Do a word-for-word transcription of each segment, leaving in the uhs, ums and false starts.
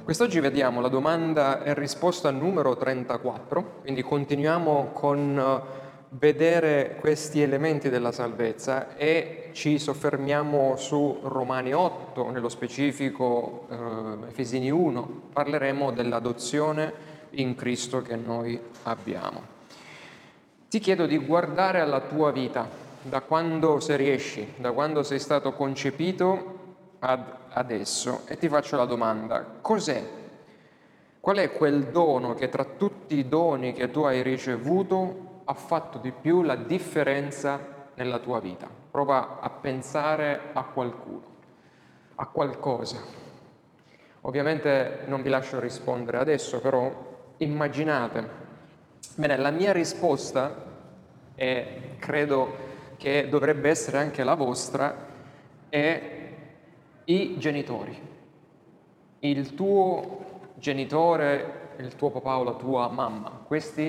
Quest'oggi vediamo la domanda e risposta numero trentaquattro, quindi continuiamo con eh, vedere questi elementi della salvezza e ci soffermiamo su Romani otto, nello specifico eh, Efesini uno, parleremo dell'adozione in Cristo che noi abbiamo. Ti chiedo di guardare alla tua vita, da quando se riesci, da quando sei stato concepito ad adesso, e ti faccio la domanda: cos'è? Qual è quel dono che tra tutti i doni che tu hai ricevuto ha fatto di più la differenza nella tua vita? Prova a pensare a qualcuno, a qualcosa. Ovviamente non vi lascio rispondere adesso, però immaginate. Bene, la mia risposta, e credo che dovrebbe essere anche la vostra, è i genitori. Il tuo genitore, il tuo papà o la tua mamma. Questi,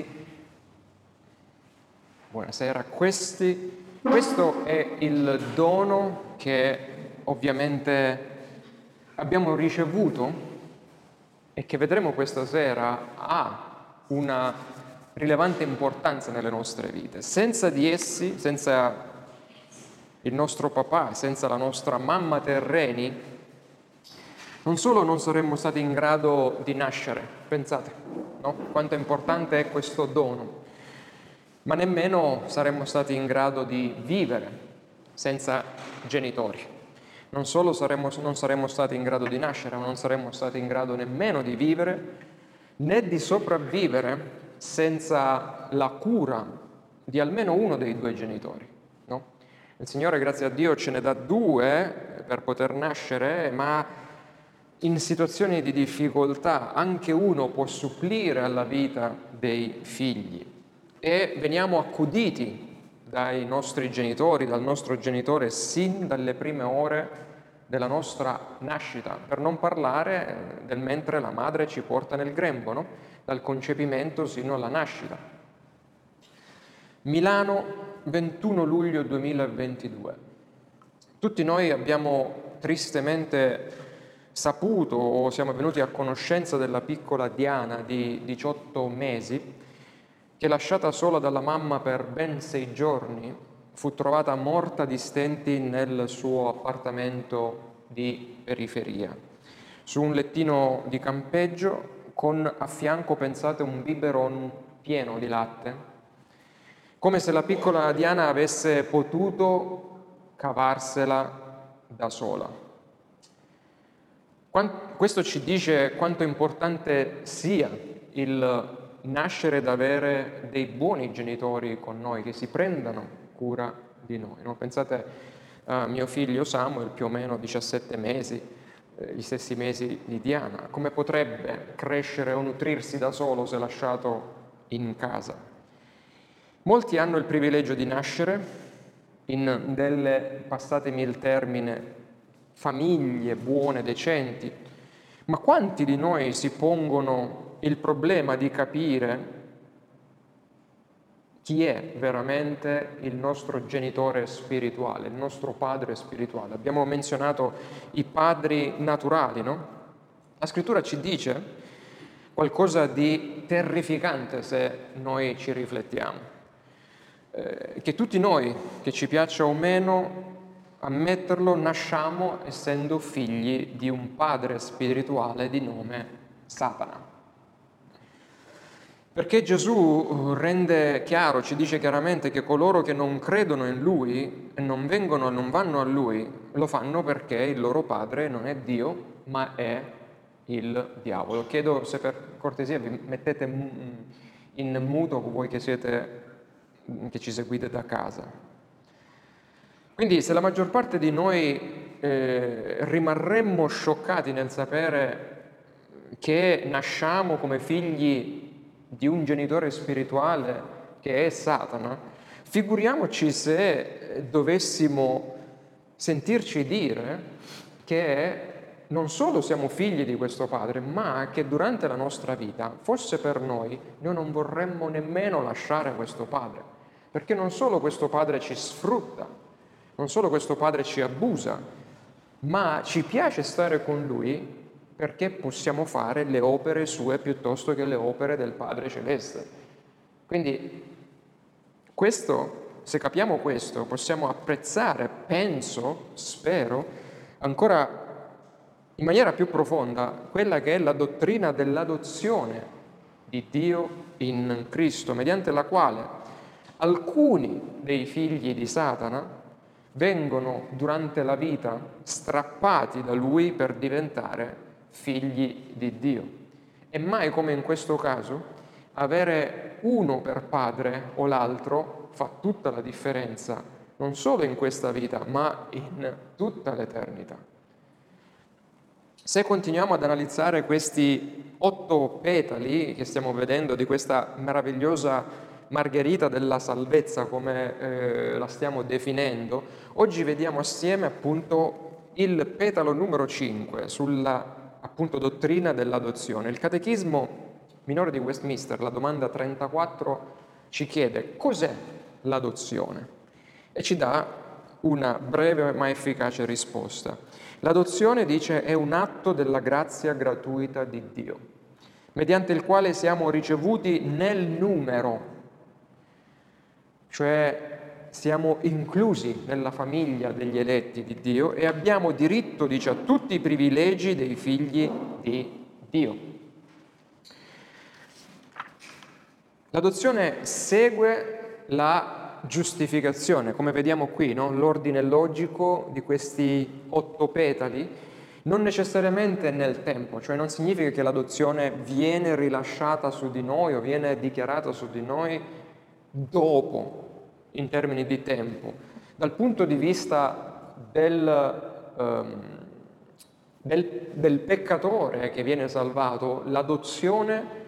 buonasera, questi, questo è il dono che ovviamente abbiamo ricevuto e che vedremo questa sera ha una rilevante importanza nelle nostre vite. Senza di essi, senza il nostro papà, senza la nostra mamma terreni, non solo non saremmo stati in grado di nascere, pensate, no? Quanto importante è questo dono, ma nemmeno saremmo stati in grado di vivere senza genitori. Non solo saremmo, non saremmo stati in grado di nascere, ma non saremmo stati in grado nemmeno di vivere, né di sopravvivere senza la cura di almeno uno dei due genitori, no? Il Signore, grazie a Dio, ce ne dà due per poter nascere, ma in situazioni di difficoltà anche uno può supplire alla vita dei figli e veniamo accuditi dai nostri genitori, dal nostro genitore, sin dalle prime ore della nostra nascita, per non parlare del mentre la madre ci porta nel grembo, no? Dal concepimento sino alla nascita. Milano, ventuno luglio duemilaventidue. Tutti noi abbiamo tristemente saputo o siamo venuti a conoscenza della piccola Diana di diciotto mesi, che lasciata sola dalla mamma per ben sei giorni, fu trovata morta di stenti nel suo appartamento di periferia, su un lettino di campeggio con a fianco, pensate, un biberon pieno di latte, come se la piccola Diana avesse potuto cavarsela da sola. Questo ci dice quanto importante sia il nascere ed avere dei buoni genitori con noi, che si prendano cura di noi, no? Pensate a mio figlio Samuel, più o meno diciassette mesi, eh, gli stessi mesi di Diana. Come potrebbe crescere o nutrirsi da solo se lasciato in casa? Molti hanno il privilegio di nascere in delle, passatemi il termine, famiglie buone, decenti, ma quanti di noi si pongono il problema di capire chi è veramente il nostro genitore spirituale, il nostro padre spirituale? Abbiamo menzionato i padri naturali, no? La scrittura ci dice qualcosa di terrificante se noi ci riflettiamo, eh, che tutti noi, che ci piaccia o meno ammetterlo, nasciamo essendo figli di un padre spirituale di nome Satana. Perché Gesù rende chiaro, ci dice chiaramente che coloro che non credono in Lui e non vengono, non vanno a Lui, lo fanno perché il loro padre non è Dio, ma è il diavolo. Chiedo se per cortesia vi mettete in muto voi che siete, che ci seguite da casa. Quindi se la maggior parte di noi eh, rimarremmo scioccati nel sapere che nasciamo come figli di un genitore spirituale che è Satana, figuriamoci se dovessimo sentirci dire che non solo siamo figli di questo padre, ma che durante la nostra vita, forse per noi, noi non vorremmo nemmeno lasciare questo padre, perché non solo questo padre ci sfrutta, non solo questo padre ci abusa, ma ci piace stare con lui perché possiamo fare le opere sue piuttosto che le opere del Padre Celeste. Quindi questo, se capiamo questo, possiamo apprezzare, penso, spero, ancora in maniera più profonda quella che è la dottrina dell'adozione di Dio in Cristo, mediante la quale alcuni dei figli di Satana vengono durante la vita strappati da lui per diventare figli di Dio. E mai come in questo caso avere uno per padre o l'altro fa tutta la differenza, non solo in questa vita, ma in tutta l'eternità. Se continuiamo ad analizzare questi otto petali che stiamo vedendo di questa meravigliosa Margherita della salvezza, come eh, la stiamo definendo, oggi vediamo assieme appunto il petalo numero cinque sulla appunto dottrina dell'adozione. Il Catechismo minore di Westminster, la domanda trentaquattro, ci chiede cos'è l'adozione e ci dà una breve ma efficace risposta. L'adozione, dice, è un atto della grazia gratuita di Dio, mediante il quale siamo ricevuti nel numero, cioè siamo inclusi nella famiglia degli eletti di Dio e abbiamo diritto, dice, a tutti i privilegi dei figli di Dio. L'adozione segue la giustificazione, come vediamo qui, no? L'ordine logico di questi otto petali, non necessariamente nel tempo, cioè non significa che l'adozione viene rilasciata su di noi o viene dichiarata su di noi dopo, in termini di tempo. Dal punto di vista del, um, del, del peccatore che viene salvato, l'adozione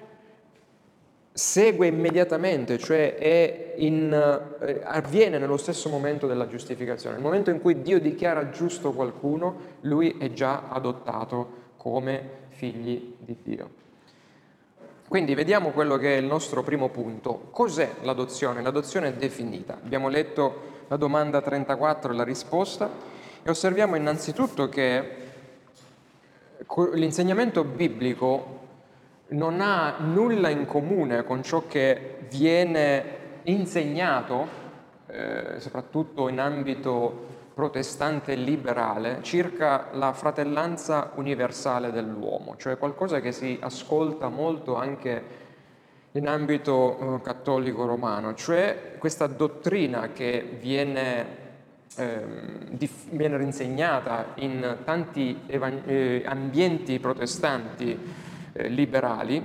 segue immediatamente, cioè è in, eh, avviene nello stesso momento della giustificazione. Nel momento in cui Dio dichiara giusto qualcuno, lui è già adottato come figli di Dio. Quindi vediamo quello che è il nostro primo punto. Cos'è l'adozione? L'adozione è definita. Abbiamo letto la domanda trentaquattro e la risposta e osserviamo innanzitutto che l'insegnamento biblico non ha nulla in comune con ciò che viene insegnato, eh, soprattutto in ambito protestante e liberale, circa la fratellanza universale dell'uomo, cioè qualcosa che si ascolta molto anche in ambito eh, cattolico romano, cioè questa dottrina che viene, eh, dif- viene insegnata in tanti evan- eh, ambienti protestanti liberali,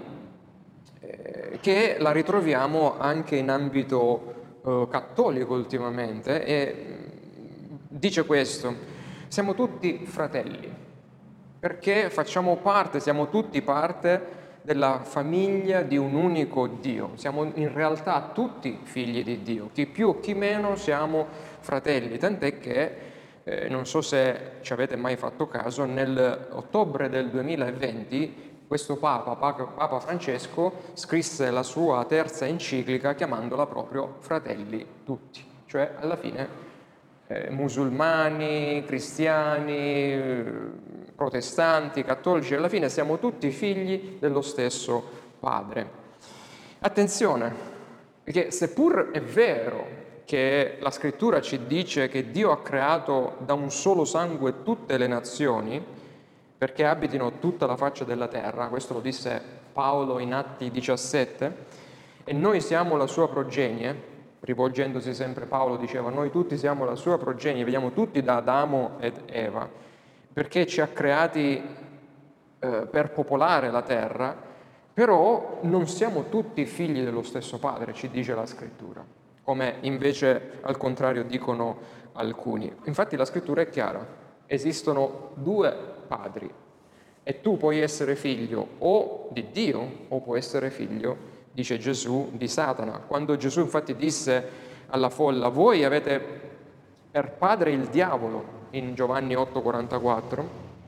eh, che la ritroviamo anche in ambito eh, cattolico ultimamente e dice questo: siamo tutti fratelli perché facciamo parte, siamo tutti parte della famiglia di un unico Dio, siamo in realtà tutti figli di Dio, chi più chi meno siamo fratelli, tant'è che eh, non so se ci avete mai fatto caso, nell'ottobre del duemilaventi questo Papa, Papa Francesco, scrisse la sua terza enciclica chiamandola proprio Fratelli Tutti, cioè alla fine eh, musulmani, cristiani, protestanti, cattolici, alla fine siamo tutti figli dello stesso Padre. Attenzione, perché seppur è vero che la Scrittura ci dice che Dio ha creato da un solo sangue tutte le nazioni, perché abitino tutta la faccia della terra, questo lo disse Paolo in Atti diciassette, e noi siamo la sua progenie, rivolgendosi sempre Paolo diceva noi tutti siamo la sua progenie, veniamo tutti da Adamo ed Eva, perché ci ha creati eh, per popolare la terra, però non siamo tutti figli dello stesso Padre, ci dice la Scrittura, come invece al contrario dicono alcuni. Infatti la Scrittura è chiara, esistono due padri e tu puoi essere figlio o di Dio o puoi essere figlio, dice Gesù, di Satana. Quando Gesù infatti disse alla folla voi avete per padre il diavolo in Giovanni otto quarantaquattro,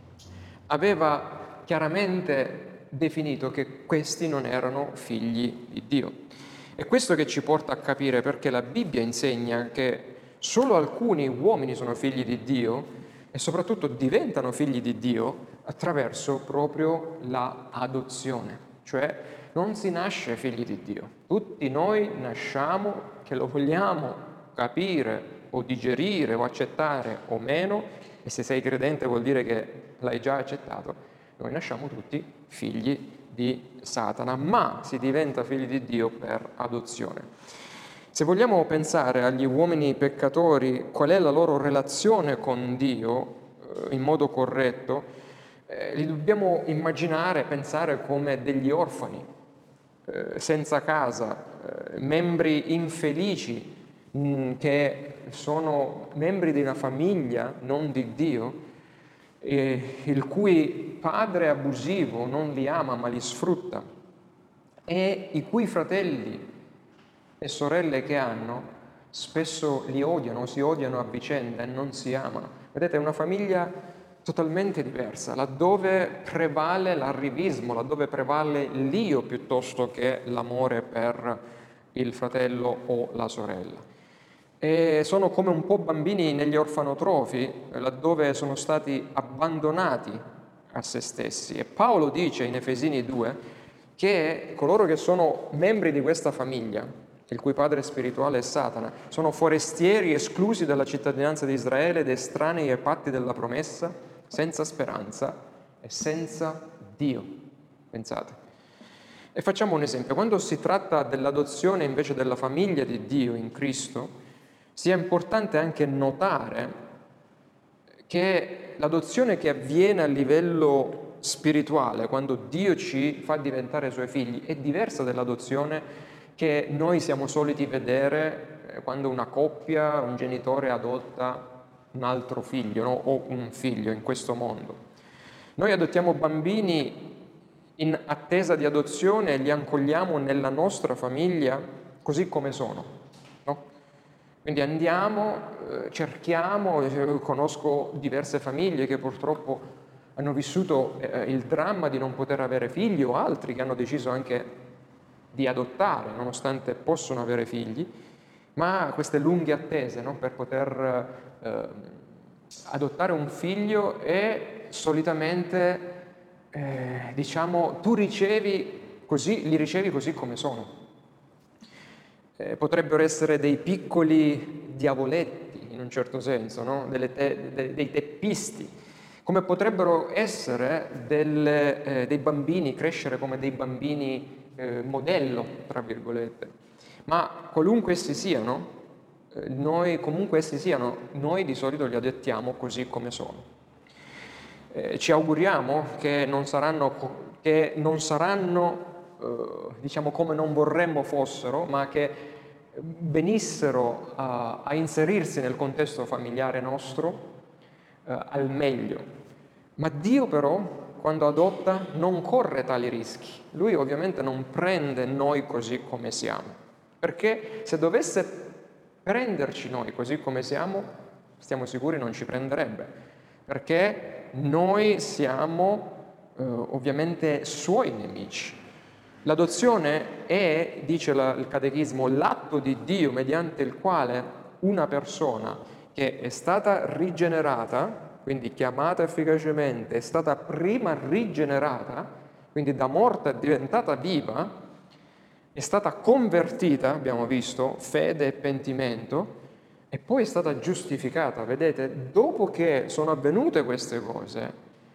aveva chiaramente definito che questi non erano figli di Dio. È questo che ci porta a capire perché la Bibbia insegna che solo alcuni uomini sono figli di Dio e soprattutto diventano figli di Dio attraverso proprio la adozione, cioè non si nasce figli di Dio. Tutti noi nasciamo, che lo vogliamo capire o digerire o accettare o meno, e se sei credente vuol dire che l'hai già accettato, noi nasciamo tutti figli di Satana, ma si diventa figli di Dio per adozione. Se vogliamo pensare agli uomini peccatori, qual è la loro relazione con Dio eh, in modo corretto, eh, li dobbiamo immaginare, pensare come degli orfani, eh, senza casa, eh, membri infelici, mh, che sono membri di una famiglia, non di Dio, eh, il cui padre abusivo non li ama ma li sfrutta, e i cui fratelli e sorelle che hanno spesso li odiano, si odiano a vicenda e non si amano. Vedete, è una famiglia totalmente diversa, laddove prevale l'arrivismo, laddove prevale l'io piuttosto che l'amore per il fratello o la sorella. E sono come un po' bambini negli orfanotrofi, laddove sono stati abbandonati a se stessi. E Paolo dice in Efesini due che coloro che sono membri di questa famiglia, il cui padre spirituale è Satana, sono forestieri esclusi dalla cittadinanza di Israele ed estranei ai patti della promessa, senza speranza e senza Dio. Pensate. E facciamo un esempio. Quando si tratta dell'adozione invece della famiglia di Dio in Cristo, sia importante anche notare che l'adozione che avviene a livello spirituale, quando Dio ci fa diventare suoi figli, è diversa dall'adozione che noi siamo soliti vedere quando una coppia, un genitore adotta un altro figlio, no? O un figlio in questo mondo. Noi adottiamo bambini in attesa di adozione e li accogliamo nella nostra famiglia così come sono, no? Quindi andiamo, eh, cerchiamo, eh, conosco diverse famiglie che purtroppo hanno vissuto eh, il dramma di non poter avere figli, o altri che hanno deciso anche di adottare, nonostante possono avere figli, ma queste lunghe attese, no, per poter eh, adottare un figlio, e solitamente, eh, diciamo, tu ricevi così, li ricevi così come sono. Eh, potrebbero essere dei piccoli diavoletti, in un certo senso, no? Delle te, de, dei teppisti, come potrebbero essere delle, eh, dei bambini, crescere come dei bambini Eh, modello, tra virgolette. Ma qualunque essi siano, eh, noi, comunque essi siano, noi di solito li adottiamo così come sono. Eh, ci auguriamo che non saranno, che non saranno eh, diciamo, come non vorremmo fossero, ma che venissero a, a inserirsi nel contesto familiare nostro eh, al meglio. Ma Dio però, quando adotta, non corre tali rischi. Lui ovviamente non prende noi così come siamo, perché se dovesse prenderci noi così come siamo, stiamo sicuri non ci prenderebbe, perché noi siamo eh, ovviamente suoi nemici. L'adozione è, dice la, il Catechismo, l'atto di Dio mediante il quale una persona che è stata rigenerata, quindi chiamata efficacemente, è stata prima rigenerata, quindi da morta è diventata viva, è stata convertita, abbiamo visto, fede e pentimento, e poi è stata giustificata. Vedete, dopo che sono avvenute queste cose,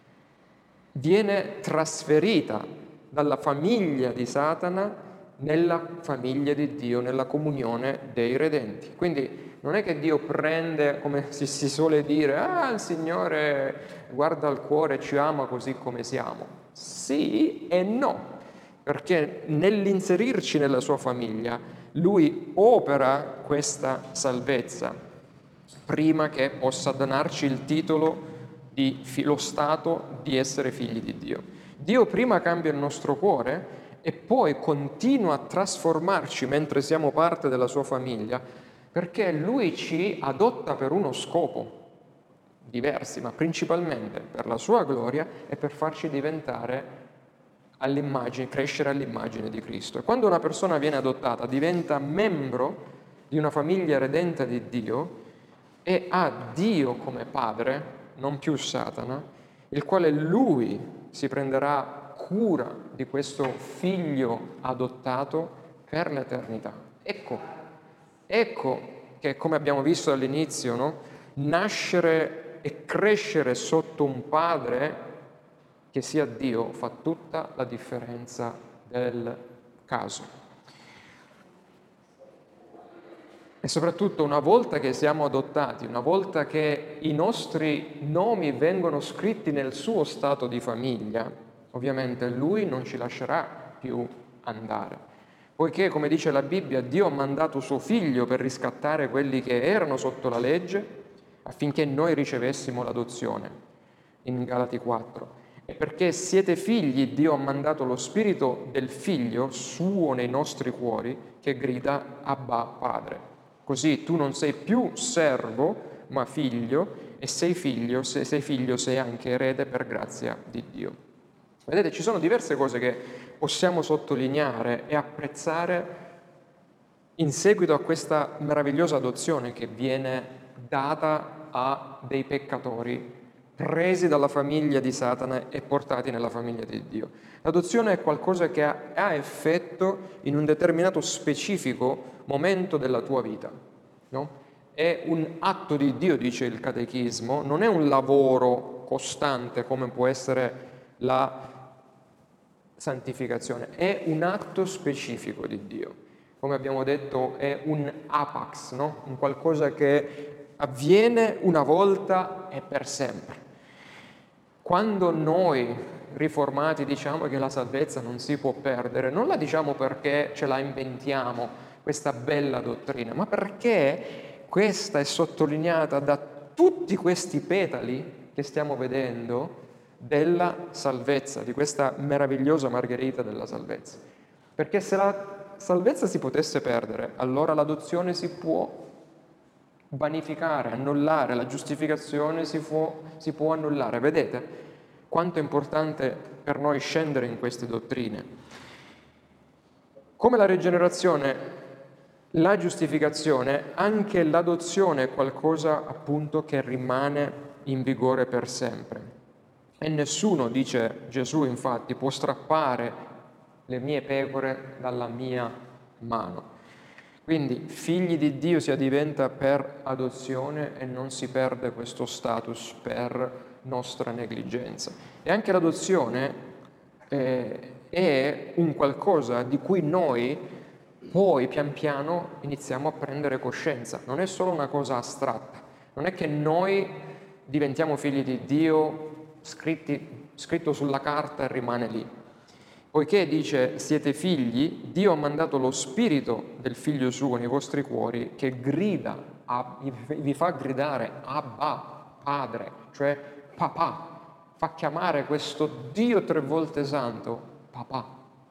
viene trasferita dalla famiglia di Satana nella famiglia di Dio, nella comunione dei redenti. Quindi non è che Dio prende, come si, si suole dire, ah, il Signore guarda al cuore e ci ama così come siamo. Sì e no, perché nell'inserirci nella sua famiglia, Lui opera questa salvezza prima che possa donarci il titolo di lo stato di essere figli di Dio. Dio prima cambia il nostro cuore e poi continua a trasformarci mentre siamo parte della sua famiglia, perché Lui ci adotta per uno scopo, diversi, ma principalmente per la sua gloria e per farci diventare all'immagine, crescere all'immagine di Cristo. E quando una persona viene adottata, diventa membro di una famiglia redenta di Dio e ha Dio come padre, non più Satana, il quale lui si prenderà cura di questo figlio adottato per l'eternità. Ecco, ecco che, come abbiamo visto all'inizio, no? Nascere e crescere sotto un padre che sia Dio fa tutta la differenza del caso. E soprattutto una volta che siamo adottati, una volta che i nostri nomi vengono scritti nel suo stato di famiglia, ovviamente lui non ci lascerà più andare. Poiché, come dice la Bibbia, Dio ha mandato suo figlio per riscattare quelli che erano sotto la legge affinché noi ricevessimo l'adozione, in Galati quattro. E perché siete figli, Dio ha mandato lo spirito del figlio suo nei nostri cuori che grida Abba Padre. Così tu non sei più servo, ma figlio, e sei figlio, se sei figlio sei anche erede per grazia di Dio. Vedete, ci sono diverse cose che possiamo sottolineare e apprezzare in seguito a questa meravigliosa adozione che viene data a dei peccatori presi dalla famiglia di Satana e portati nella famiglia di Dio. L'adozione è qualcosa che ha, ha effetto in un determinato specifico momento della tua vita, no? È un atto di Dio, dice il catechismo, non è un lavoro costante come può essere la santificazione, è un atto specifico di Dio. Come abbiamo detto, è un apax, no? Un qualcosa che avviene una volta e per sempre. Quando noi riformati diciamo che la salvezza non si può perdere, non la diciamo perché ce la inventiamo, questa bella dottrina, ma perché questa è sottolineata da tutti questi petali che stiamo vedendo della salvezza, di questa meravigliosa margherita della salvezza. Perché se la salvezza si potesse perdere, allora l'adozione si può vanificare, annullare, la giustificazione si può, si può annullare. Vedete quanto è importante per noi scendere in queste dottrine. Come la rigenerazione, la giustificazione, anche l'adozione è qualcosa appunto che rimane in vigore per sempre. E nessuno, dice Gesù infatti, può strappare le mie pecore dalla mia mano. Quindi figli di Dio si diventa per adozione e non si perde questo status per nostra negligenza. E anche l'adozione eh, è un qualcosa di cui noi poi pian piano iniziamo a prendere coscienza. Non è solo una cosa astratta, non è che noi diventiamo figli di Dio scritti, scritto sulla carta e rimane lì. Poiché dice siete figli, Dio ha mandato lo spirito del figlio suo nei vostri cuori che grida, vi fa gridare Abba, Padre, cioè papà, fa chiamare questo Dio tre volte santo papà.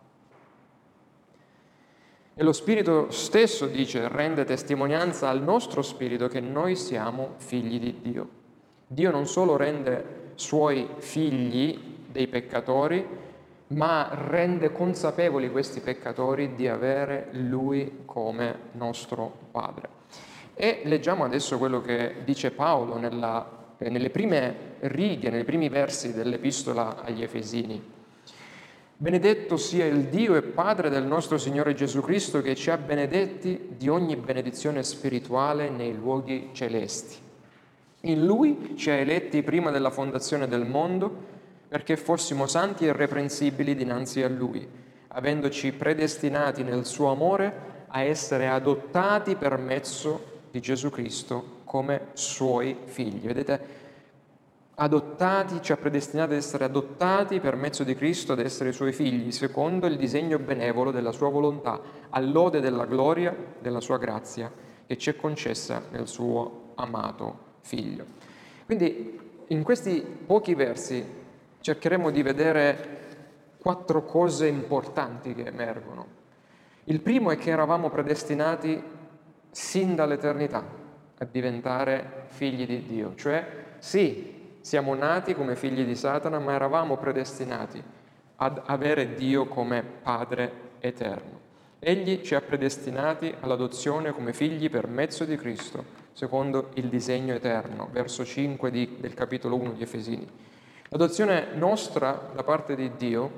E lo spirito stesso dice, rende testimonianza al nostro spirito che noi siamo figli di Dio. Dio non solo rende suoi figli dei peccatori, ma rende consapevoli questi peccatori di avere Lui come nostro Padre. E leggiamo adesso quello che dice Paolo nella, eh, nelle prime righe, nei primi versi dell'Epistola agli Efesini. Benedetto sia il Dio e Padre del nostro Signore Gesù Cristo, che ci ha benedetti di ogni benedizione spirituale nei luoghi celesti. In Lui ci ha eletti prima della fondazione del mondo, perché fossimo santi e irreprensibili dinanzi a Lui, avendoci predestinati nel suo amore a essere adottati per mezzo di Gesù Cristo come Suoi figli. Vedete? Adottati, ci ha predestinati ad essere adottati per mezzo di Cristo ad essere Suoi figli, secondo il disegno benevolo della Sua volontà, all'ode della gloria della Sua grazia, che ci è concessa nel Suo amato Figlio. Quindi in questi pochi versi cercheremo di vedere quattro cose importanti che emergono. Il primo è che eravamo predestinati sin dall'eternità a diventare figli di Dio, cioè sì, siamo nati come figli di Satana, ma eravamo predestinati ad avere Dio come Padre eterno. Egli ci ha predestinati all'adozione come figli per mezzo di Cristo, secondo il disegno eterno, verso cinque di, del capitolo uno di Efesini. L'adozione nostra da parte di Dio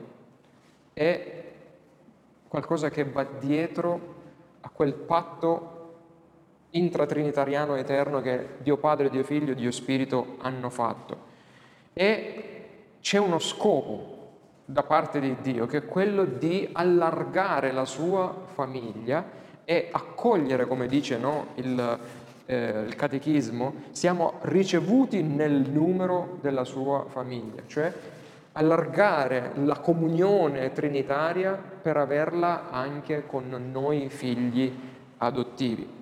è qualcosa che va dietro a quel patto intratrinitariano eterno che Dio Padre, Dio Figlio e Dio Spirito hanno fatto. E c'è uno scopo da parte di Dio, che è quello di allargare la sua famiglia e accogliere, come dice no, il, eh, il catechismo, siamo ricevuti nel numero della sua famiglia, cioè allargare la comunione trinitaria per averla anche con noi figli adottivi.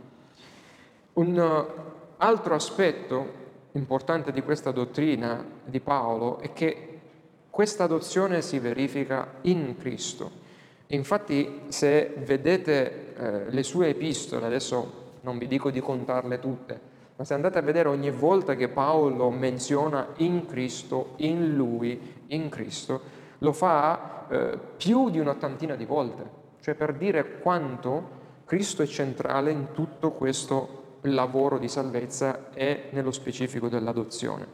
Un altro aspetto importante di questa dottrina di Paolo è che questa adozione si verifica in Cristo. Infatti, se vedete eh, le sue epistole, adesso non vi dico di contarle tutte, ma se andate a vedere ogni volta che Paolo menziona in Cristo, in Lui, in Cristo, lo fa eh, più di un'ottantina di volte, cioè per dire quanto Cristo è centrale in tutto questo lavoro di salvezza e nello specifico dell'adozione.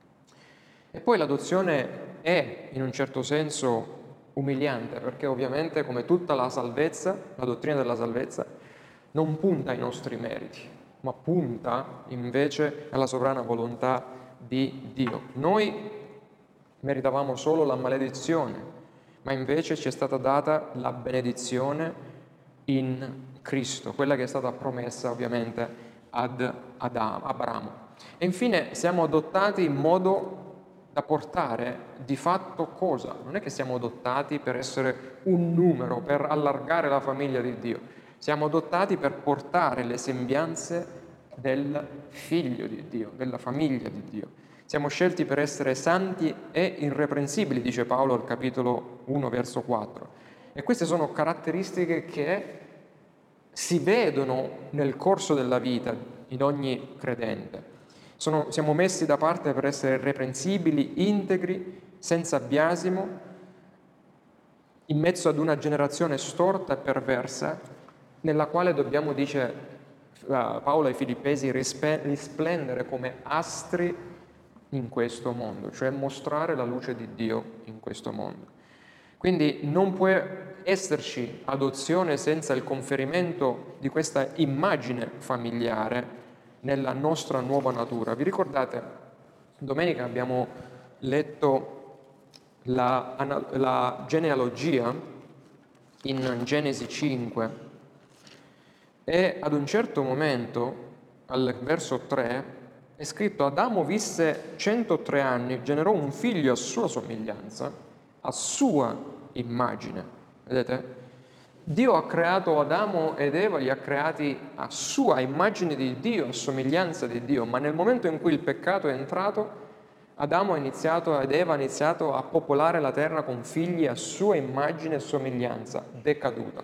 E poi l'adozione è in un certo senso umiliante, perché ovviamente come tutta la salvezza, la dottrina della salvezza, non punta ai nostri meriti, ma punta invece alla sovrana volontà di Dio. Noi meritavamo solo la maledizione, ma invece ci è stata data la benedizione in Cristo, quella che è stata promessa ovviamente ad Adam, Abramo. E infine siamo adottati in modo da portare di fatto cosa? Non è che siamo adottati per essere un numero, per allargare la famiglia di Dio. Siamo adottati per portare le sembianze del figlio di Dio, della famiglia di Dio. Siamo scelti per essere santi e irreprensibili, dice Paolo al capitolo uno, verso quattro. E queste sono caratteristiche che si vedono nel corso della vita in ogni credente. Sono, siamo messi da parte per essere irreprensibili, integri, senza biasimo, in mezzo ad una generazione storta e perversa, nella quale dobbiamo, dice Paolo ai Filippesi, risplendere come astri in questo mondo, cioè mostrare la luce di Dio in questo mondo. Quindi non può esserci adozione senza il conferimento di questa immagine familiare nella nostra nuova natura. Vi ricordate, domenica abbiamo letto la, la genealogia in Genesi cinque e ad un certo momento, al verso tre, è scritto: Adamo visse centotré anni, generò un figlio a sua somiglianza, a sua immagine. Vedete? Dio ha creato Adamo ed Eva, li ha creati a sua immagine di Dio, a somiglianza di Dio, ma nel momento in cui il peccato è entrato, Adamo ha iniziato ed Eva ha iniziato a popolare la terra con figli a sua immagine e somiglianza, decaduta.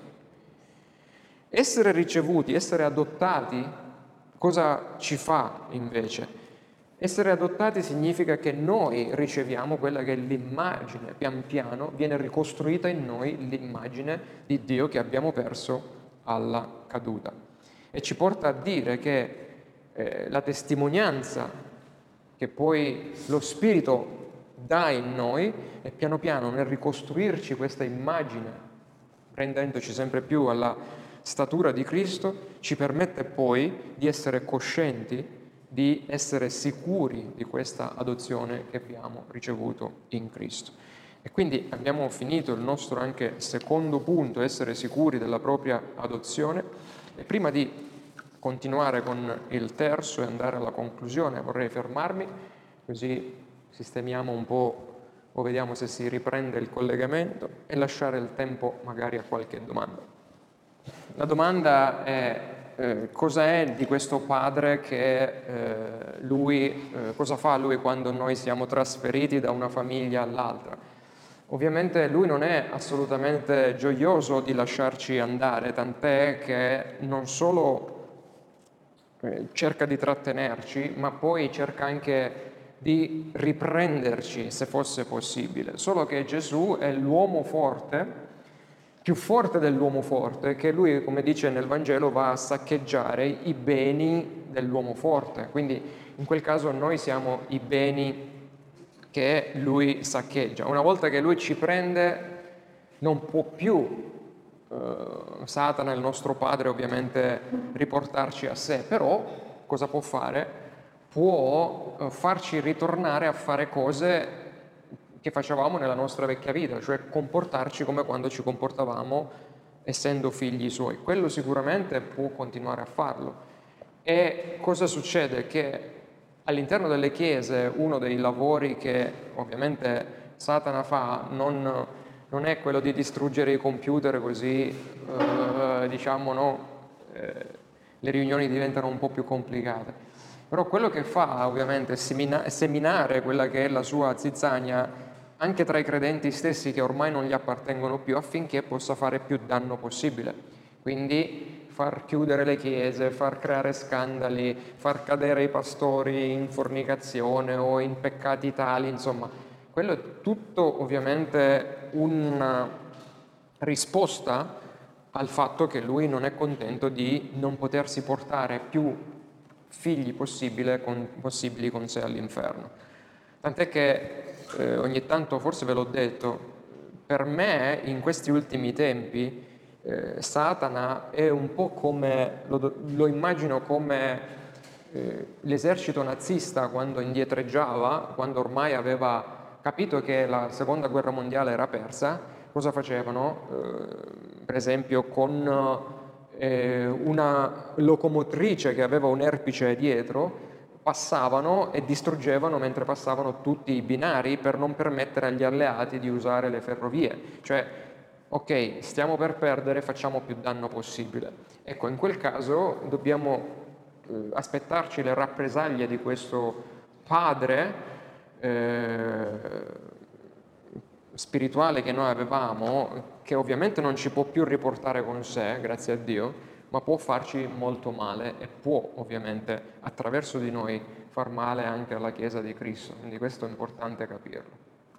Essere ricevuti, essere adottati, cosa ci fa invece? Essere adottati significa che noi riceviamo quella che è l'immagine, pian piano viene ricostruita in noi l'immagine di Dio che abbiamo perso alla caduta. E ci porta a dire che eh, la testimonianza che poi lo Spirito dà in noi è piano piano nel ricostruirci questa immagine, rendendoci sempre più alla statura di Cristo, ci permette poi di essere coscienti, di essere sicuri di questa adozione che abbiamo ricevuto in Cristo. E quindi abbiamo finito il nostro anche secondo punto, essere sicuri della propria adozione. E prima di continuare con il terzo e andare alla conclusione, vorrei fermarmi, così sistemiamo un po' o vediamo se si riprende il collegamento e lasciare il tempo magari a qualche domanda. La domanda è: Eh, cosa è di questo padre che eh, lui, eh, cosa fa lui quando noi siamo trasferiti da una famiglia all'altra? Ovviamente lui non è assolutamente gioioso di lasciarci andare, tant'è che non solo eh, cerca di trattenerci, ma poi cerca anche di riprenderci se fosse possibile. Solo che Gesù è l'uomo forte più forte dell'uomo forte, che lui, come dice nel Vangelo, va a saccheggiare i beni dell'uomo forte. Quindi in quel caso noi siamo i beni che lui saccheggia. Una volta che lui ci prende, non può più eh, Satana, il nostro padre, ovviamente riportarci a sé, però cosa può fare? Può eh, farci ritornare a fare cose che facevamo nella nostra vecchia vita, cioè comportarci come quando ci comportavamo essendo figli suoi. Quello sicuramente può continuare a farlo. E cosa succede? Che all'interno delle chiese uno dei lavori che ovviamente Satana fa non, non è quello di distruggere i computer così, eh, diciamo, no, eh, le riunioni diventano un po' più complicate. Però quello che fa ovviamente è semina- seminare quella che è la sua zizzania anche tra i credenti stessi che ormai non gli appartengono più, affinché possa fare più danno possibile. Quindi far chiudere le chiese, far creare scandali, far cadere i pastori in fornicazione o in peccati tali, insomma, quello è tutto ovviamente una risposta al fatto che lui non è contento di non potersi portare più figli possibile con, possibili con sé all'inferno. Tant'è che eh, ogni tanto, forse ve l'ho detto, per me in questi ultimi tempi eh, Satana è un po' come, lo, lo immagino come eh, l'esercito nazista quando indietreggiava, quando ormai aveva capito che la seconda guerra mondiale era persa. Cosa facevano? Eh, per esempio con eh, una locomotrice che aveva un erpice dietro, passavano e distruggevano mentre passavano tutti i binari per non permettere agli alleati di usare le ferrovie. Cioè, ok, stiamo per perdere, facciamo più danno possibile. Ecco, in quel caso dobbiamo eh, aspettarci le rappresaglie di questo padre eh, spirituale che noi avevamo, che ovviamente non ci può più riportare con sé, grazie a Dio, ma può farci molto male e può ovviamente attraverso di noi far male anche alla Chiesa di Cristo. Quindi questo è importante capirlo.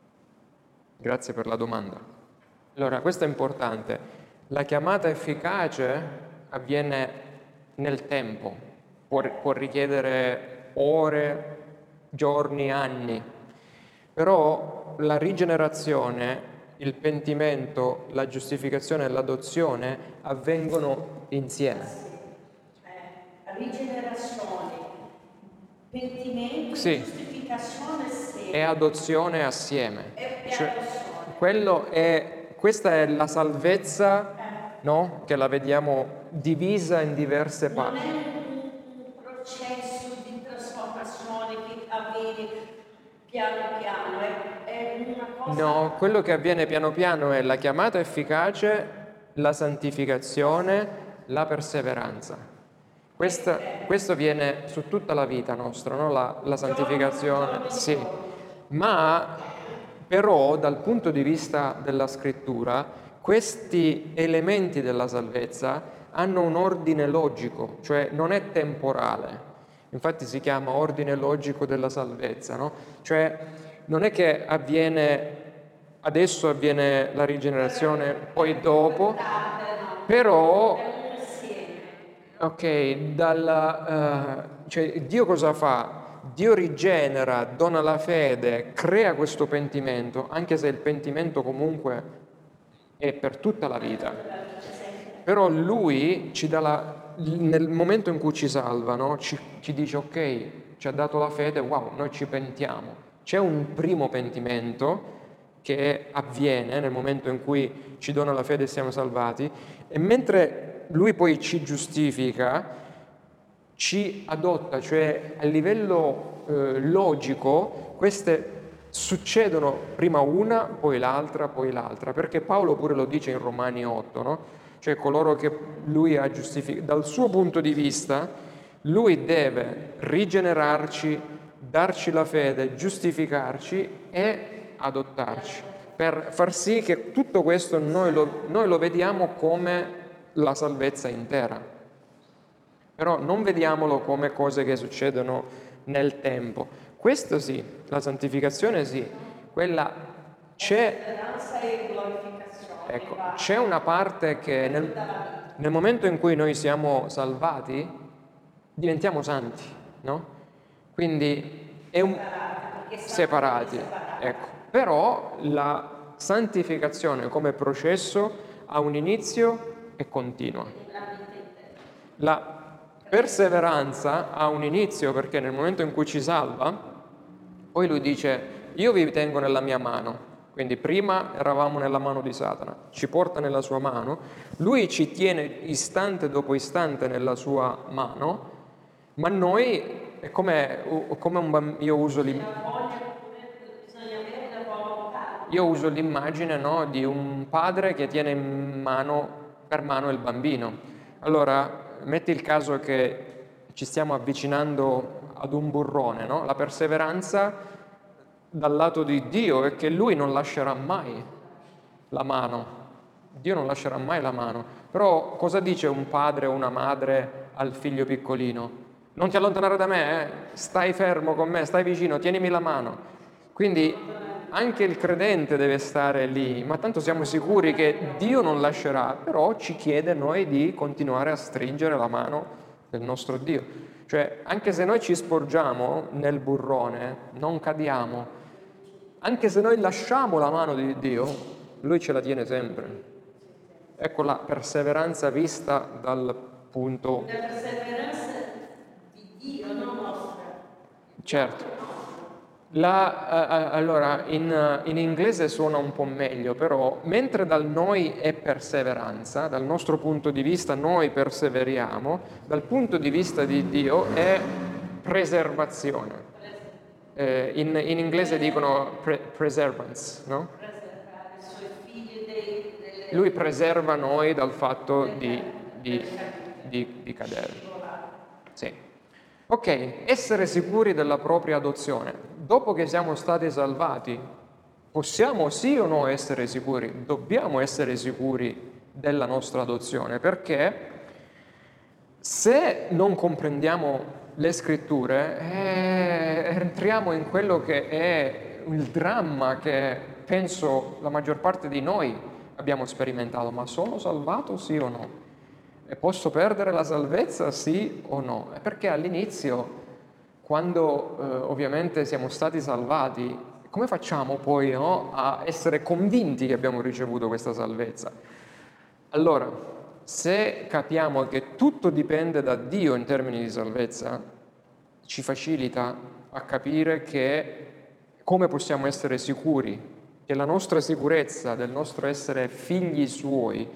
Grazie per la domanda. Allora, questo è importante. La chiamata efficace avviene nel tempo, può, può richiedere ore, giorni, anni, però la rigenerazione, il pentimento, la giustificazione e l'adozione avvengono insieme. Eh, rigenerazione, pentimento, Sì, giustificazione e adozione assieme. e, e Cioè, adozione. quello è, questa è la salvezza, no? Che la vediamo divisa in diverse Non parti. è un, un processo di trasformazione che avviene piano piano, è, è una cosa... No, quello che avviene piano piano è la chiamata efficace, la santificazione, la perseveranza. Questa, questo avviene su tutta la vita nostra, no? La, la santificazione, sì. Ma però dal punto di vista della scrittura, questi elementi della salvezza hanno un ordine logico, cioè non è temporale. Infatti si chiama ordine logico della salvezza, no? Cioè non è che avviene, adesso avviene la rigenerazione, poi dopo, però, ok, dalla, eh, cioè Dio cosa fa? Dio rigenera, dona la fede, crea questo pentimento, anche se il pentimento comunque è per tutta la vita. Però Lui ci dà la, nel momento in cui ci salva, no? ci, ci dice ok, ci ha dato la fede, wow, noi ci pentiamo. C'è un primo pentimento che avviene nel momento in cui ci dona la fede e siamo salvati, e mentre Lui poi ci giustifica, ci adotta, cioè a livello eh, logico queste succedono prima una, poi l'altra, poi l'altra, perché Paolo pure lo dice in Romani otto, no? Cioè coloro che lui ha giustificato, dal suo punto di vista, lui deve rigenerarci, darci la fede, giustificarci e adottarci, per far sì che tutto questo noi lo, noi lo vediamo come la salvezza intera. Però non vediamolo come cose che succedono nel tempo. Questo sì, la santificazione sì, quella c'è. Speranza e glorificazione. Ecco, c'è una parte che nel, nel momento in cui noi siamo salvati, diventiamo santi, no? Quindi è un... separati, ecco. Però la santificazione come processo ha un inizio e continua. La perseveranza ha un inizio perché nel momento in cui ci salva, poi lui dice, io vi tengo nella mia mano. Quindi prima eravamo nella mano di Satana, ci porta nella sua mano, lui ci tiene istante dopo istante nella sua mano, ma noi è come, come un bambino, io uso l'immagine, io uso l'immagine no, di un padre che tiene in mano, per mano il bambino. Allora, metti il caso che ci stiamo avvicinando ad un burrone, no? La perseveranza dal lato di Dio è che Lui non lascerà mai la mano. Dio non lascerà mai la mano. Però cosa dice un padre o una madre al figlio piccolino? Non ti allontanare da me, eh? Stai fermo con me, stai vicino, tienimi la mano. Quindi anche il credente deve stare lì, ma tanto siamo sicuri che Dio non lascerà, però ci chiede noi di continuare a stringere la mano del nostro Dio. Cioè, anche se noi ci sporgiamo nel burrone, non cadiamo. Anche se noi lasciamo la mano di Dio, Lui ce la tiene sempre. Ecco la perseveranza vista dal punto... La perseveranza di Dio, non nostra. Certo. La, uh, allora, in, in inglese suona un po' meglio, però, mentre dal noi è perseveranza, dal nostro punto di vista noi perseveriamo, dal punto di vista di Dio è preservazione. Eh, in, in inglese dicono pre- preservance, no? Lui preserva noi dal fatto di, di, di, di cadere. Sì. Ok, essere sicuri della propria adozione. Dopo che siamo stati salvati, possiamo sì o no essere sicuri? Dobbiamo essere sicuri della nostra adozione, perché se non comprendiamo le scritture, eh, entriamo in quello che è il dramma che penso la maggior parte di noi abbiamo sperimentato. Ma sono salvato sì o no? E posso perdere la salvezza sì o no? Perché all'inizio, quando eh, ovviamente siamo stati salvati, come facciamo poi no, a essere convinti che abbiamo ricevuto questa salvezza? Allora, se capiamo che tutto dipende da Dio in termini di salvezza, ci facilita a capire che come possiamo essere sicuri che la nostra sicurezza del nostro essere figli Suoi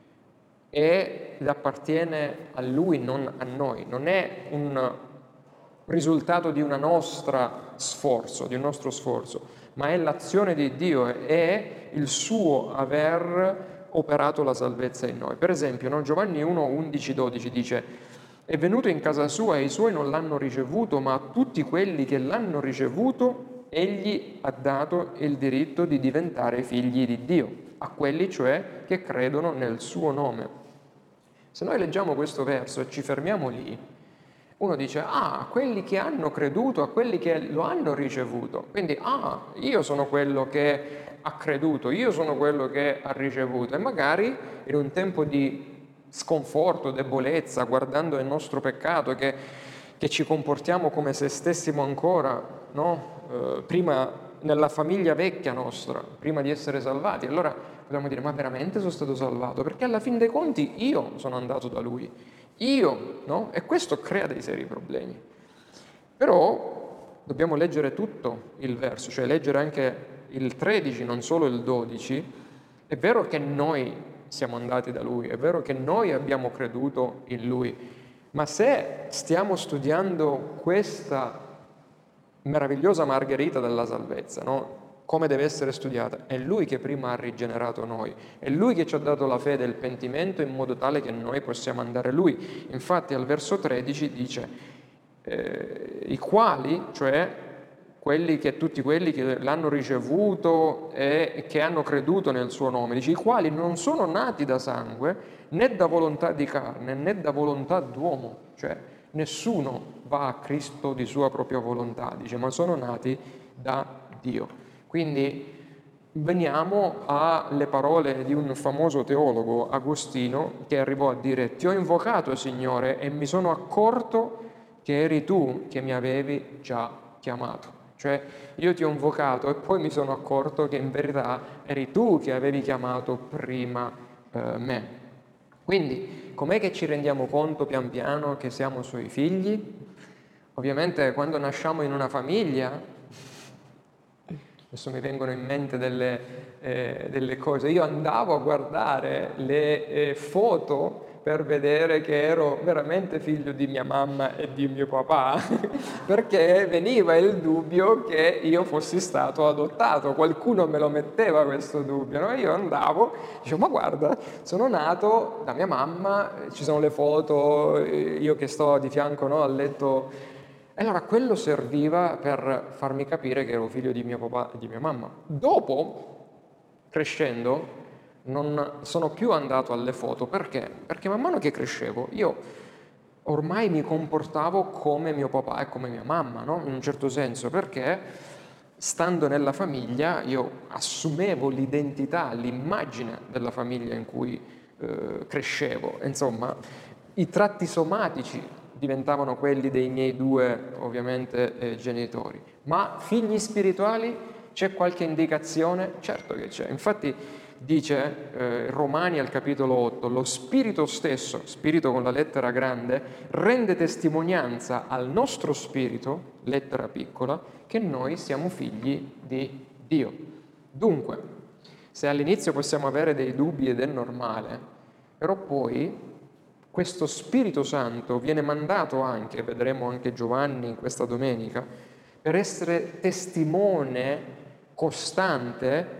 è, appartiene a Lui, non a noi. Non è un risultato di una nostra sforzo, di un nostro sforzo, ma è l'azione di Dio, è il suo aver operato la salvezza in noi. Per esempio, no? Giovanni uno, undici, dodici dice: è venuto in casa sua e i suoi non l'hanno ricevuto, ma a tutti quelli che l'hanno ricevuto egli ha dato il diritto di diventare figli di Dio, a quelli cioè che credono nel suo nome. Se noi leggiamo questo verso e ci fermiamo lì, uno dice, ah, a quelli che hanno creduto, a quelli che lo hanno ricevuto. Quindi, ah, io sono quello che ha creduto, io sono quello che ha ricevuto. E magari in un tempo di sconforto, debolezza, guardando il nostro peccato, che, che ci comportiamo come se stessimo ancora, no? Eh, prima nella famiglia vecchia nostra, prima di essere salvati. Allora dobbiamo dire, ma veramente sono stato salvato? Perché alla fin dei conti io sono andato da Lui. Io, no? E questo crea dei seri problemi. Però dobbiamo leggere tutto il verso, cioè leggere anche il tredici, non solo il dodici. È vero che noi siamo andati da Lui, è vero che noi abbiamo creduto in Lui, ma se stiamo studiando questa meravigliosa margherita della salvezza, no? Come deve essere studiata, è Lui che prima ha rigenerato noi, è Lui che ci ha dato la fede e il pentimento in modo tale che noi possiamo andare a Lui. Infatti al verso tredici dice, eh, i quali, cioè quelli che, tutti quelli che l'hanno ricevuto e che hanno creduto nel suo nome, dice, i quali non sono nati da sangue, né da volontà di carne, né da volontà d'uomo, cioè nessuno va a Cristo di sua propria volontà, dice, ma sono nati da Dio. Quindi veniamo alle parole di un famoso teologo, Agostino, che arrivò a dire: ti ho invocato, Signore, e mi sono accorto che eri tu che mi avevi già chiamato. Cioè, io ti ho invocato e poi mi sono accorto che in verità eri tu che avevi chiamato prima eh, me. Quindi, com'è che ci rendiamo conto pian piano che siamo suoi figli? Ovviamente quando nasciamo in una famiglia, adesso mi vengono in mente delle, eh, delle cose, io andavo a guardare le eh, foto per vedere che ero veramente figlio di mia mamma e di mio papà, perché veniva il dubbio che io fossi stato adottato, qualcuno me lo metteva questo dubbio, no? Io andavo, dicevo, ma guarda, sono nato da mia mamma, ci sono le foto, io che sto di fianco, no, al letto. E allora quello serviva per farmi capire che ero figlio di mio papà e di mia mamma. Dopo, crescendo, non sono più andato alle foto. Perché? Perché man mano che crescevo io ormai mi comportavo come mio papà e come mia mamma, no? In un certo senso, perché stando nella famiglia io assumevo l'identità, l'immagine della famiglia in cui eh, crescevo. Insomma, i tratti somatici diventavano quelli dei miei due, ovviamente, eh, genitori. Ma figli spirituali, c'è qualche indicazione? Certo che c'è. Infatti dice eh, Romani al capitolo otto, lo Spirito stesso, Spirito con la lettera grande, rende testimonianza al nostro spirito, lettera piccola, che noi siamo figli di Dio. Dunque, se all'inizio possiamo avere dei dubbi ed è normale, però poi questo Spirito Santo viene mandato anche, vedremo anche Giovanni questa domenica, per essere testimone costante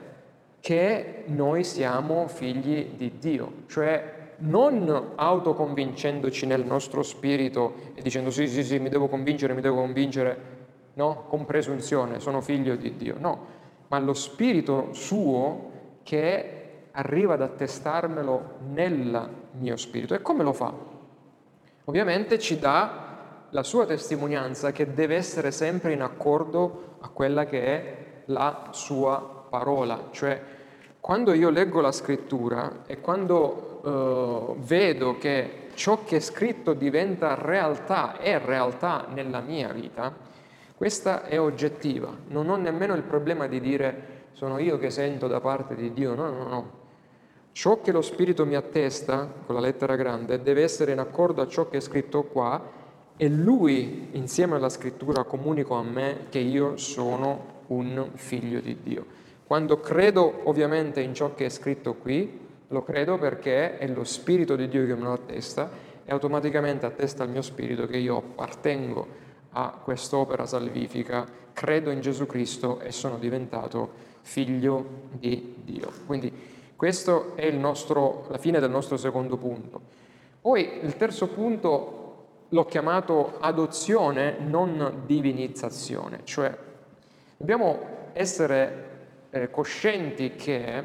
che noi siamo figli di Dio, cioè non autoconvincendoci nel nostro spirito e dicendo sì, sì, sì, mi devo convincere, mi devo convincere, no? Con presunzione, sono figlio di Dio, no, ma lo Spirito suo che arriva ad attestarmelo nel mio spirito. E come lo fa? Ovviamente ci dà la sua testimonianza che deve essere sempre in accordo a quella che è la sua parola. Cioè, quando io leggo la scrittura e quando eh, vedo che ciò che è scritto diventa realtà, è realtà nella mia vita, questa è oggettiva. Non ho nemmeno il problema di dire sono io che sento da parte di Dio, no, no, no. Ciò che lo Spirito mi attesta, con la lettera grande, deve essere in accordo a ciò che è scritto qua e Lui, insieme alla Scrittura, comunica a me che io sono un figlio di Dio. Quando credo ovviamente in ciò che è scritto qui, lo credo perché è lo Spirito di Dio che me lo attesta e automaticamente attesta al mio spirito che io appartengo a quest'opera salvifica, credo in Gesù Cristo e sono diventato figlio di Dio. Quindi questo è il nostro, la fine del nostro secondo punto. Poi il terzo punto l'ho chiamato adozione, non divinizzazione, cioè dobbiamo essere eh, coscienti che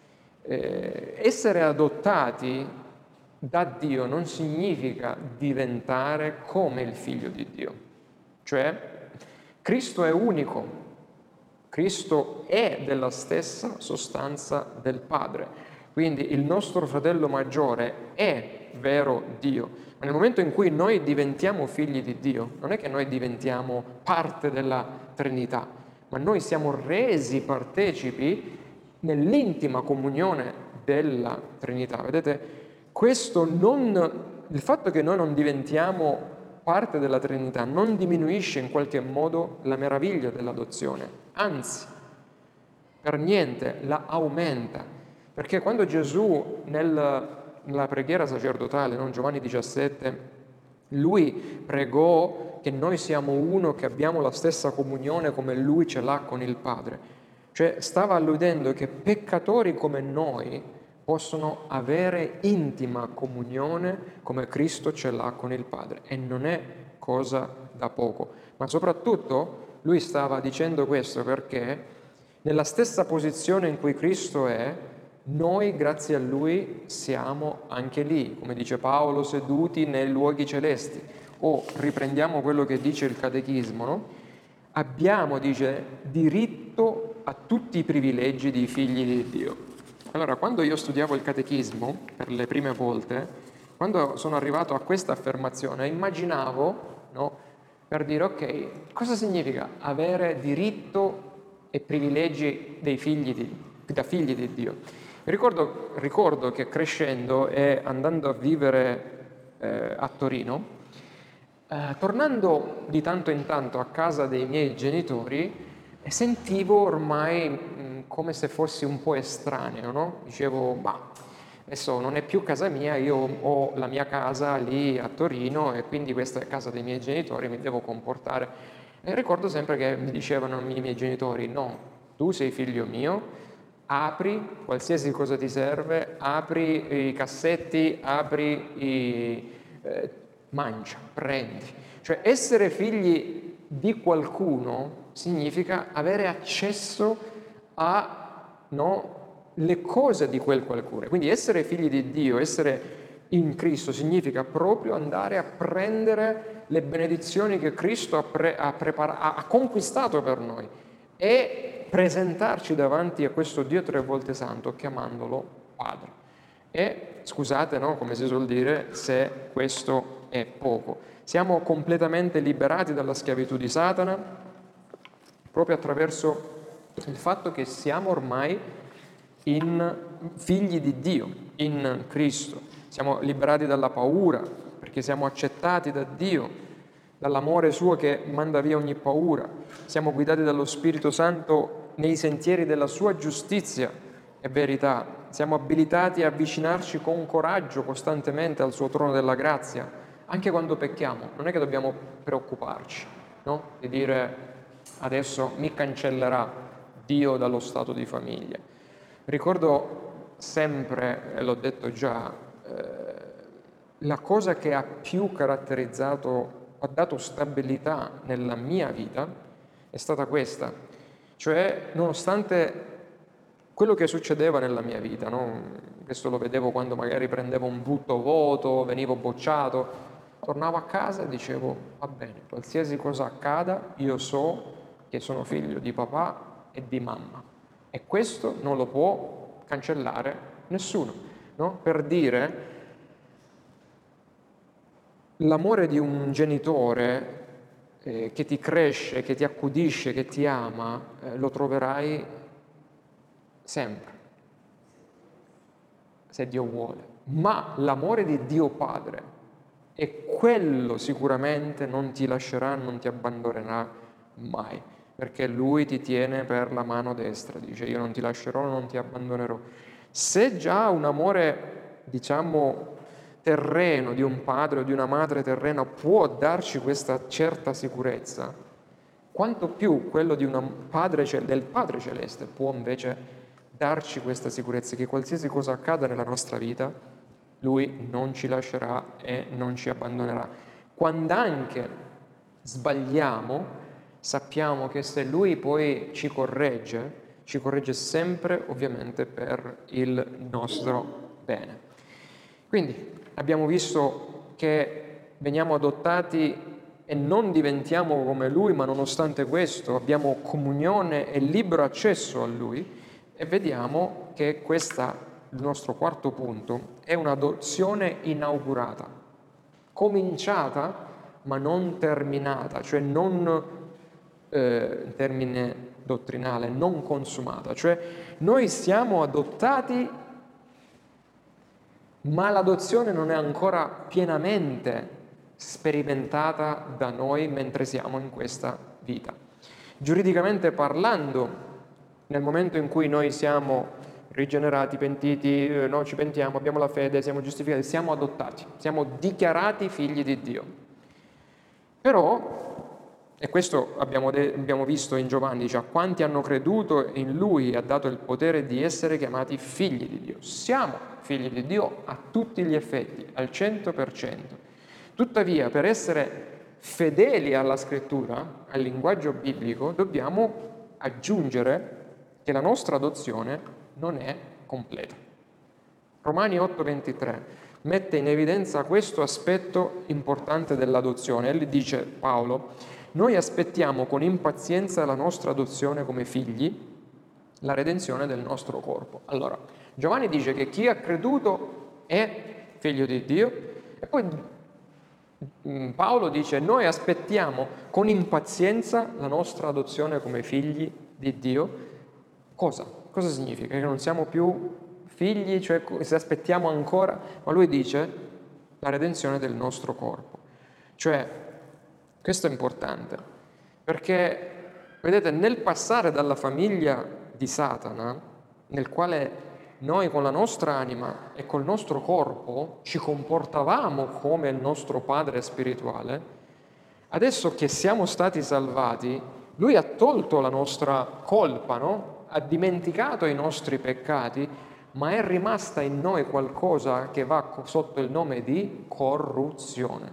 eh, essere adottati da Dio non significa diventare come il figlio di Dio, cioè Cristo è unico. Cristo è della stessa sostanza del Padre, quindi il nostro fratello maggiore è vero Dio, ma nel momento in cui noi diventiamo figli di Dio, non è che noi diventiamo parte della Trinità, ma noi siamo resi partecipi nell'intima comunione della Trinità. Vedete, questo non, il fatto che noi non diventiamo parte della Trinità non diminuisce in qualche modo la meraviglia dell'adozione, anzi, per niente la aumenta, perché quando Gesù nel, nella preghiera sacerdotale, non Giovanni diciassette, lui pregò che noi siamo uno, che abbiamo la stessa comunione come lui ce l'ha con il Padre, cioè stava alludendo che peccatori come noi possono avere intima comunione come Cristo ce l'ha con il Padre, e non è cosa da poco. Ma soprattutto lui stava dicendo questo perché nella stessa posizione in cui Cristo è, noi grazie a Lui siamo anche lì, come dice Paolo, seduti nei luoghi celesti. O riprendiamo quello che dice il Catechismo, no? Abbiamo, dice, diritto a tutti i privilegi di figli di Dio. Allora, quando io studiavo il catechismo per le prime volte, quando sono arrivato a questa affermazione, immaginavo, no, per dire, ok, cosa significa avere diritto e privilegi dei figli di, da figli di Dio? Ricordo, ricordo che crescendo e andando a vivere eh, a Torino, eh, tornando di tanto in tanto a casa dei miei genitori, sentivo ormai mh, come se fossi un po' estraneo, no? Dicevo, ma adesso non è più casa mia, io ho la mia casa lì a Torino e quindi questa è casa dei miei genitori, mi devo comportare. E ricordo sempre che mi dicevano i miei genitori, no, tu sei figlio mio, apri qualsiasi cosa ti serve, apri i cassetti, apri i... Eh, mangia, prendi. Cioè essere figli di qualcuno significa avere accesso a, no, le cose di quel qualcuno. Quindi essere figli di Dio, essere in Cristo, significa proprio andare a prendere le benedizioni che Cristo ha, pre- ha, prepara- ha conquistato per noi e presentarci davanti a questo Dio tre volte santo chiamandolo Padre. E scusate, no, come si suol dire, se questo è poco. Siamo completamente liberati dalla schiavitù di Satana proprio attraverso il fatto che siamo ormai in figli di Dio, in Cristo. Siamo liberati dalla paura, perché siamo accettati da Dio, dall'amore suo che manda via ogni paura. Siamo guidati dallo Spirito Santo nei sentieri della sua giustizia e verità. Siamo abilitati a avvicinarci con coraggio costantemente al suo trono della grazia, anche quando pecchiamo. Non è che dobbiamo preoccuparci, no? Di dire adesso mi cancellerà Dio dallo stato di famiglia. Ricordo sempre, e l'ho detto già, eh, la cosa che ha più caratterizzato, ha dato stabilità nella mia vita, è stata questa. Cioè, nonostante quello che succedeva nella mia vita, no? Questo lo vedevo quando magari prendevo un brutto voto, venivo bocciato, tornavo a casa e dicevo, va bene, qualsiasi cosa accada, io so che sono figlio di papà e di mamma. E questo non lo può cancellare nessuno, no? Per dire, l'amore di un genitore eh, che ti cresce, che ti accudisce, che ti ama, eh, lo troverai sempre, se Dio vuole. Ma l'amore di Dio Padre, e quello sicuramente non ti lascerà, non ti abbandonerà mai, perché Lui ti tiene per la mano destra, dice io non ti lascerò, non ti abbandonerò. Se già un amore, diciamo, terreno di un padre o di una madre terrena può darci questa certa sicurezza, quanto più quello di un padre, del Padre Celeste può invece darci questa sicurezza che qualsiasi cosa accada nella nostra vita, Lui non ci lascerà e non ci abbandonerà. Quando anche sbagliamo, sappiamo che se Lui poi ci corregge, ci corregge sempre ovviamente per il nostro bene. Quindi abbiamo visto che veniamo adottati e non diventiamo come Lui, ma nonostante questo abbiamo comunione e libero accesso a Lui, e vediamo che questa, il nostro quarto punto, è un'adozione inaugurata, cominciata ma non terminata, cioè non, eh, in termine dottrinale, non consumata. Cioè noi siamo adottati, ma l'adozione non è ancora pienamente sperimentata da noi mentre siamo in questa vita. Giuridicamente parlando, nel momento in cui noi siamo rigenerati, pentiti, eh, no, ci pentiamo, abbiamo la fede, siamo giustificati, siamo adottati, siamo dichiarati figli di Dio. Però, e questo abbiamo, de- abbiamo visto in Giovanni, dice, a quanti hanno creduto in Lui ha dato il potere di essere chiamati figli di Dio. Siamo figli di Dio a tutti gli effetti, al cento per cento. Tuttavia, per essere fedeli alla scrittura, al linguaggio biblico, dobbiamo aggiungere che la nostra adozione non è completa. Romani otto ventitré mette in evidenza questo aspetto importante dell'adozione. Egli dice, Paolo, noi aspettiamo con impazienza la nostra adozione come figli, la redenzione del nostro corpo. Allora, Giovanni dice che chi ha creduto è figlio di Dio, e poi Paolo dice noi aspettiamo con impazienza la nostra adozione come figli di Dio. Cosa? Cosa significa? Che non siamo più figli, cioè se aspettiamo ancora, ma lui dice la redenzione del nostro corpo. Cioè, questo è importante, perché vedete, nel passare dalla famiglia di Satana, nel quale noi con la nostra anima e col nostro corpo ci comportavamo come il nostro padre spirituale, adesso che siamo stati salvati, lui ha tolto la nostra colpa, no? Ha dimenticato i nostri peccati, ma è rimasta in noi qualcosa che va sotto il nome di corruzione.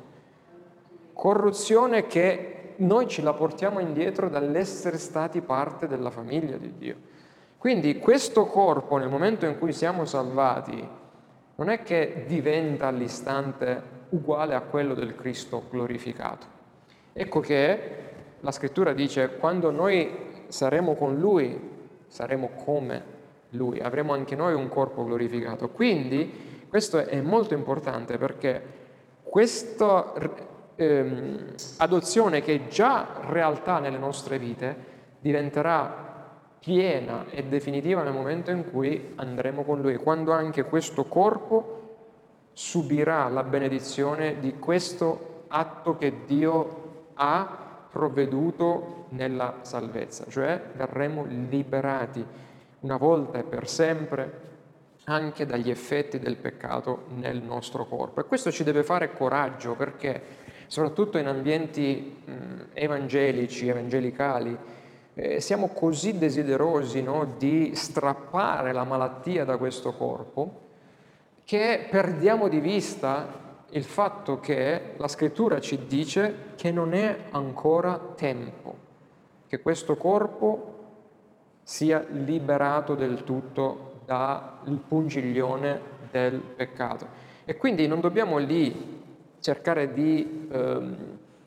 Corruzione che noi ce la portiamo indietro dall'essere stati parte della famiglia di Dio. Quindi questo corpo, nel momento in cui siamo salvati, non è che diventa all'istante uguale a quello del Cristo glorificato. Ecco che la Scrittura dice, quando noi saremo con Lui, saremo come Lui, avremo anche noi un corpo glorificato. Quindi questo è molto importante, perché questa ehm, adozione, che è già realtà nelle nostre vite, diventerà piena e definitiva nel momento in cui andremo con Lui, quando anche questo corpo subirà la benedizione di questo atto che Dio ha provveduto nella salvezza, cioè verremo liberati una volta e per sempre anche dagli effetti del peccato nel nostro corpo. E questo ci deve fare coraggio, perché soprattutto in ambienti mh, evangelici, evangelicali, Eh, siamo così desiderosi, no, di strappare la malattia da questo corpo, che perdiamo di vista il fatto che la Scrittura ci dice che non è ancora tempo, che questo corpo sia liberato del tutto dal pungiglione del peccato. E quindi non dobbiamo lì cercare di ehm,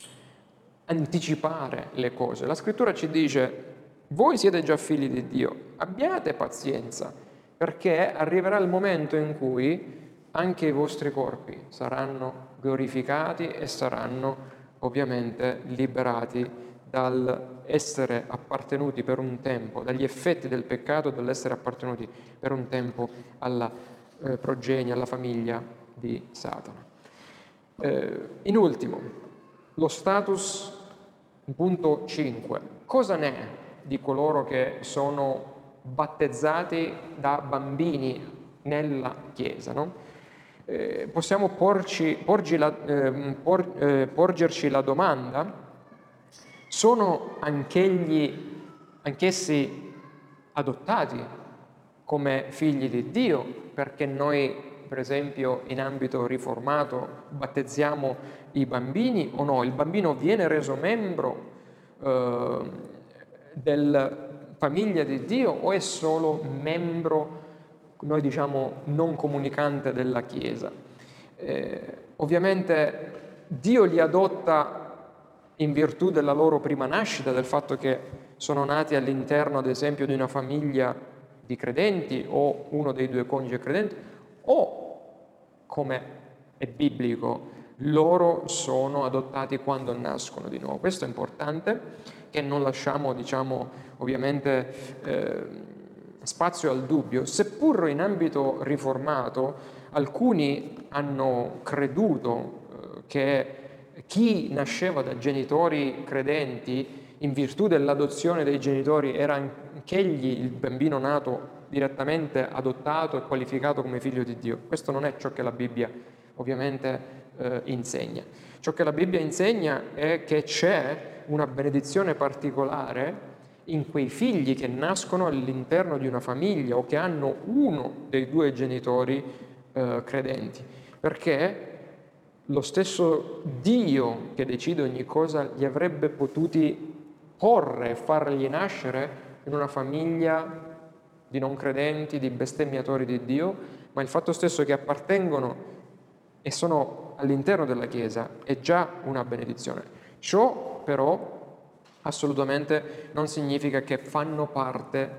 anticipare le cose. La Scrittura ci dice: voi siete già figli di Dio, abbiate pazienza, perché arriverà il momento in cui anche i vostri corpi saranno glorificati e saranno ovviamente liberati dal essere appartenuti per un tempo, dagli effetti del peccato, dall'essere appartenuti per un tempo alla eh, progenie, alla famiglia di Satana. Eh, in ultimo, lo status, punto cinque. Cosa ne è di coloro che sono battezzati da bambini nella Chiesa, no? Eh, possiamo porci, porgi la, eh, por, eh, porgerci la domanda: sono anch'egli, anch'essi adottati come figli di Dio? Perché noi, per esempio, in ambito riformato battezziamo i bambini o no? Il bambino viene reso membro eh, della famiglia di Dio o è solo membro, noi diciamo, non comunicante della Chiesa? Eh, ovviamente Dio li adotta in virtù della loro prima nascita, del fatto che sono nati all'interno, ad esempio, di una famiglia di credenti o uno dei due coniugi è credente, o, come è biblico, loro sono adottati quando nascono di nuovo. Questo è importante, che non lasciamo, diciamo, ovviamente eh, spazio al dubbio. Seppur in ambito riformato alcuni hanno creduto eh, che chi nasceva da genitori credenti, in virtù dell'adozione dei genitori, era anch'egli il bambino nato direttamente adottato e qualificato come figlio di Dio. Questo non è ciò che la Bibbia ovviamente eh, insegna. Ciò che la Bibbia insegna è che c'è una benedizione particolare in quei figli che nascono all'interno di una famiglia o che hanno uno dei due genitori eh, credenti, perché lo stesso Dio che decide ogni cosa li avrebbe potuti porre e fargli nascere in una famiglia di non credenti, di bestemmiatori di Dio, ma il fatto stesso che appartengono e sono all'interno della Chiesa è già una benedizione. Ciò però assolutamente non significa che fanno parte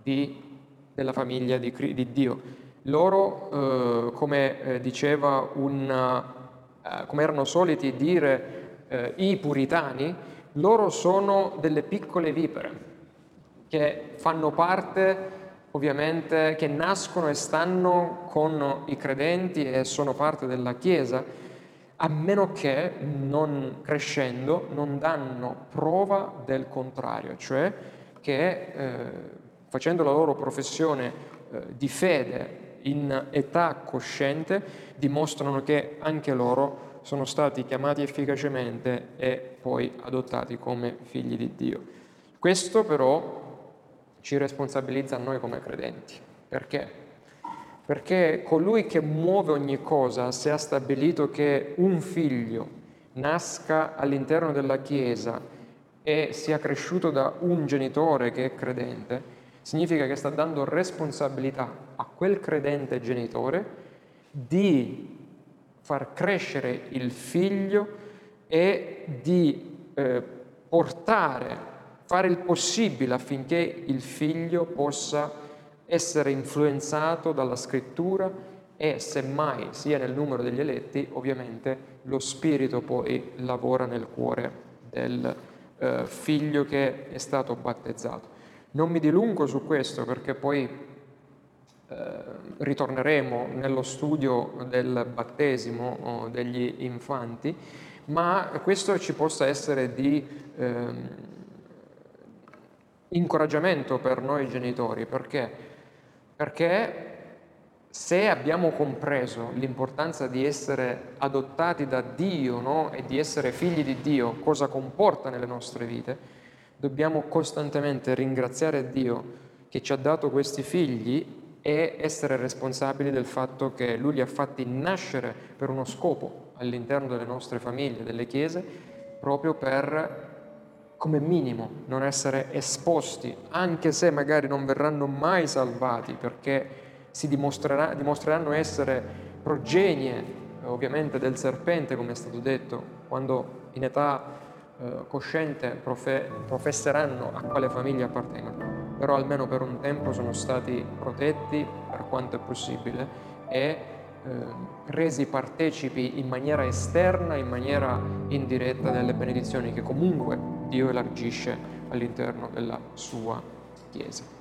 di, della famiglia di, di Dio. Loro, eh, come eh, diceva un, eh, come erano soliti dire eh, i puritani, loro sono delle piccole vipere che fanno parte, ovviamente, che nascono e stanno con i credenti e sono parte della Chiesa, a meno che, non crescendo, non danno prova del contrario, cioè che eh, facendo la loro professione eh, di fede in età cosciente, dimostrano che anche loro sono stati chiamati efficacemente e poi adottati come figli di Dio. Questo però ci responsabilizza a noi come credenti. Perché? Perché colui che muove ogni cosa, se ha stabilito che un figlio nasca all'interno della Chiesa e sia cresciuto da un genitore che è credente, significa che sta dando responsabilità a quel credente genitore di far crescere il figlio e di eh, portare fare il possibile affinché il figlio possa essere influenzato dalla scrittura e semmai sia nel numero degli eletti, ovviamente lo Spirito poi lavora nel cuore del eh, figlio che è stato battezzato. Non mi dilungo su questo perché poi eh, ritorneremo nello studio del battesimo o degli infanti, ma questo ci possa essere di ehm, incoraggiamento per noi genitori. Perché? Perché se abbiamo compreso l'importanza di essere adottati da Dio, no? E di essere figli di Dio, cosa comporta nelle nostre vite, dobbiamo costantemente ringraziare Dio che ci ha dato questi figli e essere responsabili del fatto che Lui li ha fatti nascere per uno scopo all'interno delle nostre famiglie, delle chiese, proprio per, come minimo, non essere esposti, anche se magari non verranno mai salvati, perché si dimostrerà, dimostreranno essere progenie, ovviamente, del serpente, come è stato detto, quando in età eh, cosciente profe- professeranno a quale famiglia appartengono. Però almeno per un tempo sono stati protetti per quanto è possibile e eh, resi partecipi in maniera esterna, in maniera indiretta delle benedizioni che comunque Dio elargisce all'interno della sua Chiesa.